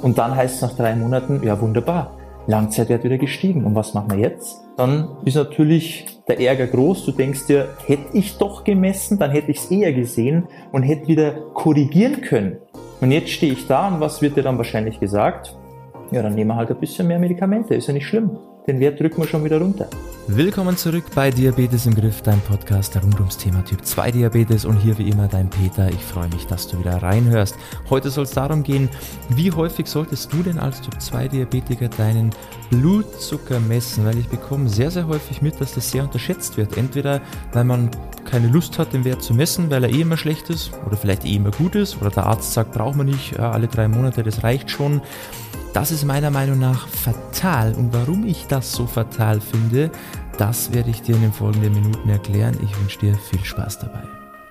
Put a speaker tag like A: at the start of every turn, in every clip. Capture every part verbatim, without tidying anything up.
A: Und dann heißt es nach drei Monaten, ja wunderbar, Langzeitwert wieder gestiegen. Und was machen wir jetzt? Dann ist natürlich der Ärger groß. Du denkst dir, hätte ich doch gemessen, dann hätte ich es eher gesehen und hätte wieder korrigieren können. Und jetzt stehe ich da und was wird dir dann wahrscheinlich gesagt? Ja, dann nehmen wir halt ein bisschen mehr Medikamente, ist ja nicht schlimm. Den Wert drücken wir schon wieder runter.
B: Willkommen zurück bei Diabetes im Griff, dein Podcast rund ums Thema Typ zwei Diabetes und hier wie immer dein Peter. Ich freue mich, dass du wieder reinhörst. Heute soll es darum gehen, wie häufig solltest du denn als Typ zwei Diabetiker deinen Blutzucker messen? Weil ich bekomme sehr, sehr häufig mit, dass das sehr unterschätzt wird. Entweder, weil man keine Lust hat, den Wert zu messen, weil er eh immer schlecht ist oder vielleicht eh immer gut ist oder der Arzt sagt, braucht man nicht, ja, alle drei Monate, das reicht schon. Das ist meiner Meinung nach fatal und warum ich das so fatal finde, das werde ich dir in den folgenden Minuten erklären. Ich wünsche dir viel Spaß dabei.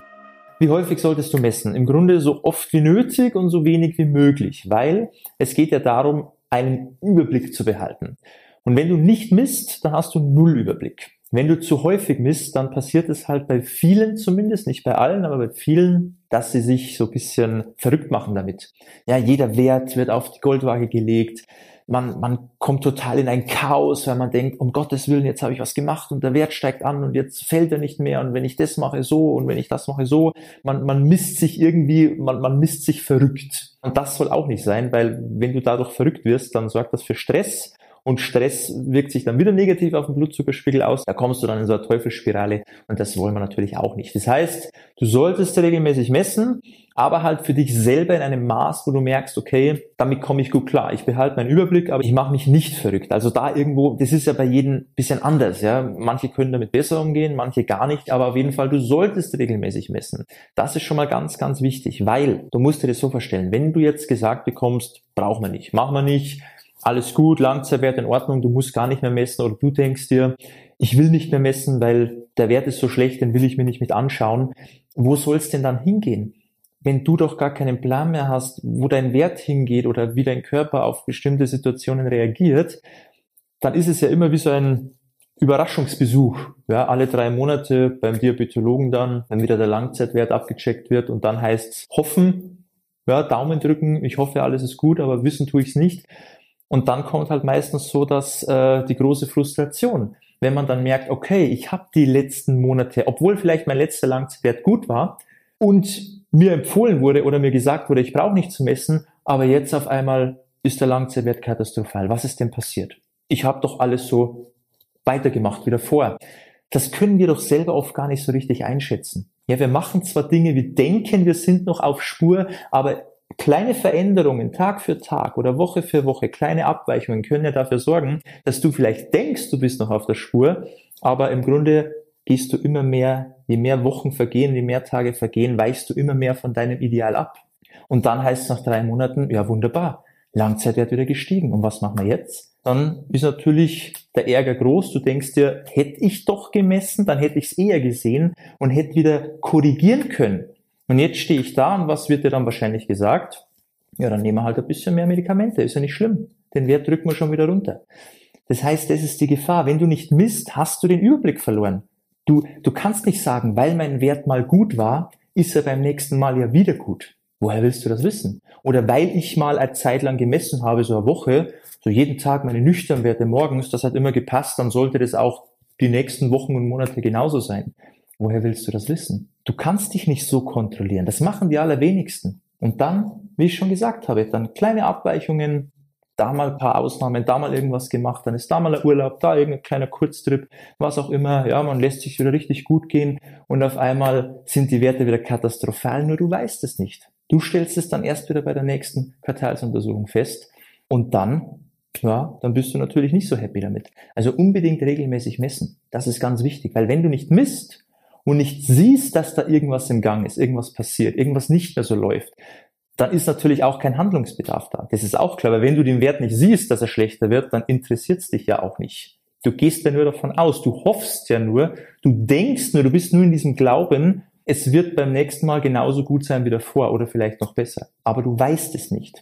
A: Wie häufig solltest du messen? Im Grunde so oft wie nötig und so wenig wie möglich, weil es geht ja darum, einen Überblick zu behalten. Und wenn du nicht misst, dann hast du null Überblick. Wenn du zu häufig misst, dann passiert es halt bei vielen zumindest, nicht bei allen, aber bei vielen, dass sie sich so ein bisschen verrückt machen damit. Ja, jeder Wert wird auf die Goldwaage gelegt. Man, man kommt total in ein Chaos, weil man denkt, um Gottes Willen, jetzt habe ich was gemacht und der Wert steigt an und jetzt fällt er nicht mehr und wenn ich das mache so und wenn ich das mache so. Man, man misst sich irgendwie, man, man misst sich verrückt. Und das soll auch nicht sein, weil wenn du dadurch verrückt wirst, dann sorgt das für Stress. Und Stress wirkt sich dann wieder negativ auf den Blutzuckerspiegel aus. Da kommst du dann in so eine Teufelsspirale und das wollen wir natürlich auch nicht. Das heißt, du solltest regelmäßig messen, aber halt für dich selber in einem Maß, wo du merkst, okay, damit komme ich gut klar. Ich behalte meinen Überblick, aber ich mache mich nicht verrückt. Also da irgendwo, das ist ja bei jedem ein bisschen anders. Ja, manche können damit besser umgehen, manche gar nicht. Aber auf jeden Fall, du solltest regelmäßig messen. Das ist schon mal ganz, ganz wichtig, weil du musst dir das so vorstellen, wenn du jetzt gesagt bekommst, braucht man nicht, machen wir nicht, alles gut, Langzeitwert in Ordnung, du musst gar nicht mehr messen oder du denkst dir, ich will nicht mehr messen, weil der Wert ist so schlecht, den will ich mir nicht mit anschauen. Wo soll es denn dann hingehen? Wenn du doch gar keinen Plan mehr hast, wo dein Wert hingeht oder wie dein Körper auf bestimmte Situationen reagiert, dann ist es ja immer wie so ein Überraschungsbesuch. Ja, alle drei Monate beim Diabetologen dann, wenn wieder der Langzeitwert abgecheckt wird und dann heißt es hoffen, ja, Daumen drücken, ich hoffe, alles ist gut, aber wissen tue ich es nicht. Und dann kommt halt meistens so, dass äh, die große Frustration, wenn man dann merkt, okay, ich habe die letzten Monate, obwohl vielleicht mein letzter Langzeitwert gut war und mir empfohlen wurde oder mir gesagt wurde, ich brauche nicht zu messen, aber jetzt auf einmal ist der Langzeitwert katastrophal. Was ist denn passiert? Ich habe doch alles so weitergemacht wie davor. Das können wir doch selber oft gar nicht so richtig einschätzen. Ja, wir machen zwar Dinge, wir denken, wir sind noch auf Spur, aber kleine Veränderungen Tag für Tag oder Woche für Woche, kleine Abweichungen können ja dafür sorgen, dass du vielleicht denkst, du bist noch auf der Spur, aber im Grunde gehst du immer mehr, je mehr Wochen vergehen, je mehr Tage vergehen, weichst du immer mehr von deinem Ideal ab. Und dann heißt es nach drei Monaten, ja wunderbar, Langzeitwert wieder gestiegen. Und was machen wir jetzt? Dann ist natürlich der Ärger groß. Du denkst dir, hätte ich doch gemessen, dann hätte ich es eher gesehen und hätte wieder korrigieren können. Und jetzt stehe ich da und was wird dir dann wahrscheinlich gesagt? Ja, dann nehmen wir halt ein bisschen mehr Medikamente, ist ja nicht schlimm. Den Wert drücken wir schon wieder runter. Das heißt, das ist die Gefahr. Wenn du nicht misst, hast du den Überblick verloren. Du, du kannst nicht sagen, weil mein Wert mal gut war, ist er beim nächsten Mal ja wieder gut. Woher willst du das wissen? Oder weil ich mal eine Zeit lang gemessen habe, so eine Woche, so jeden Tag meine Nüchternwerte morgens, das hat immer gepasst, dann sollte das auch die nächsten Wochen und Monate genauso sein. Woher willst du das wissen? Du kannst dich nicht so kontrollieren. Das machen die allerwenigsten. Und dann, wie ich schon gesagt habe, dann kleine Abweichungen, da mal ein paar Ausnahmen, da mal irgendwas gemacht, dann ist da mal ein Urlaub, da irgendein kleiner Kurztrip, was auch immer. Ja, man lässt sich wieder richtig gut gehen und auf einmal sind die Werte wieder katastrophal, nur du weißt es nicht. Du stellst es dann erst wieder bei der nächsten Quartalsuntersuchung fest und dann, ja, dann bist du natürlich nicht so happy damit. Also unbedingt regelmäßig messen. Das ist ganz wichtig, weil wenn du nicht misst, und nicht siehst, dass da irgendwas im Gang ist, irgendwas passiert, irgendwas nicht mehr so läuft, dann ist natürlich auch kein Handlungsbedarf da. Das ist auch klar, weil wenn du den Wert nicht siehst, dass er schlechter wird, dann interessiert es dich ja auch nicht. Du gehst ja nur davon aus, du hoffst ja nur, du denkst nur, du bist nur in diesem Glauben, es wird beim nächsten Mal genauso gut sein wie davor oder vielleicht noch besser. Aber du weißt es nicht.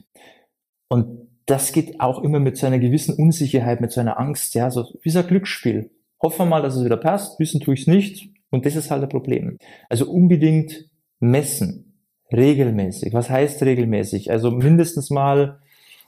A: Und das geht auch immer mit so einer gewissen Unsicherheit, mit so einer Angst, ja, so wie so ein Glücksspiel. Hoffen wir mal, dass es wieder passt, wissen tue ich es nicht. Und das ist halt ein Problem. Also unbedingt messen, regelmäßig. Was heißt regelmäßig? Also mindestens mal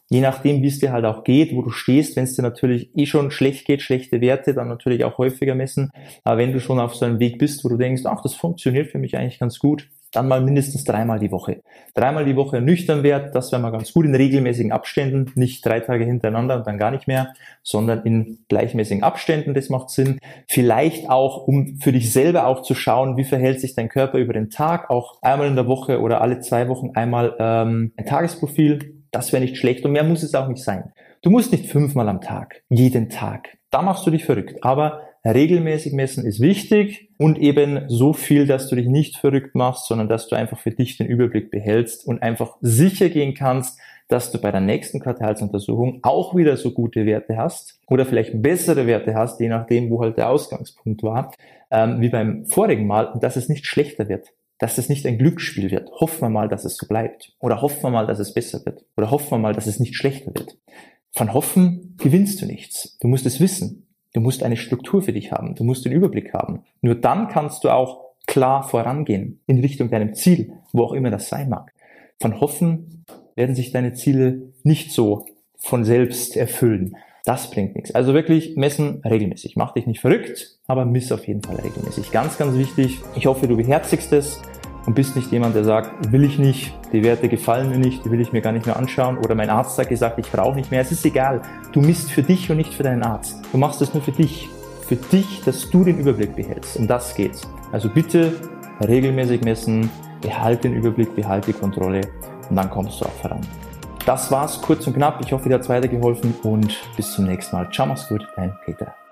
A: Je nachdem, wie es dir halt auch geht, wo du stehst, wenn es dir natürlich eh schon schlecht geht, schlechte Werte, dann natürlich auch häufiger messen. Aber wenn du schon auf so einem Weg bist, wo du denkst, ach, das funktioniert für mich eigentlich ganz gut, dann mal mindestens dreimal die Woche. Dreimal die Woche nüchtern Wert, das wäre mal ganz gut in regelmäßigen Abständen, nicht drei Tage hintereinander und dann gar nicht mehr, sondern in gleichmäßigen Abständen, das macht Sinn. Vielleicht auch, um für dich selber auch zu schauen, wie verhält sich dein Körper über den Tag, auch einmal in der Woche oder alle zwei Wochen einmal ähm, ein Tagesprofil. Das wäre nicht schlecht und mehr muss es auch nicht sein. Du musst nicht fünfmal am Tag, jeden Tag. Da machst du dich verrückt. Aber regelmäßig messen ist wichtig und eben so viel, dass du dich nicht verrückt machst, sondern dass du einfach für dich den Überblick behältst und einfach sicher gehen kannst, dass du bei der nächsten Quartalsuntersuchung auch wieder so gute Werte hast oder vielleicht bessere Werte hast, je nachdem, wo halt der Ausgangspunkt war, ähm, wie beim vorigen Mal, und dass es nicht schlechter wird. Dass es nicht ein Glücksspiel wird. Hoffen wir mal, dass es so bleibt. Oder hoffen wir mal, dass es besser wird. Oder hoffen wir mal, dass es nicht schlechter wird. Von Hoffen gewinnst du nichts. Du musst es wissen. Du musst eine Struktur für dich haben. Du musst den Überblick haben. Nur dann kannst du auch klar vorangehen in Richtung deinem Ziel, wo auch immer das sein mag. Von Hoffen werden sich deine Ziele nicht so von selbst erfüllen. Das bringt nichts. Also wirklich messen regelmäßig. Mach dich nicht verrückt, aber miss auf jeden Fall regelmäßig. Ganz, ganz wichtig. Ich hoffe, du beherzigst es und bist nicht jemand, der sagt, will ich nicht, die Werte gefallen mir nicht, die will ich mir gar nicht mehr anschauen. Oder mein Arzt hat gesagt, ich brauche nicht mehr. Es ist egal. Du misst für dich und nicht für deinen Arzt. Du machst es nur für dich. Für dich, dass du den Überblick behältst. Um das geht's. Also bitte regelmäßig messen, behalte den Überblick, behalte die Kontrolle und dann kommst du auch voran. Das war's, kurz und knapp. Ich hoffe, dir hat's weitergeholfen und bis zum nächsten Mal. Ciao, mach's gut, dein Peter.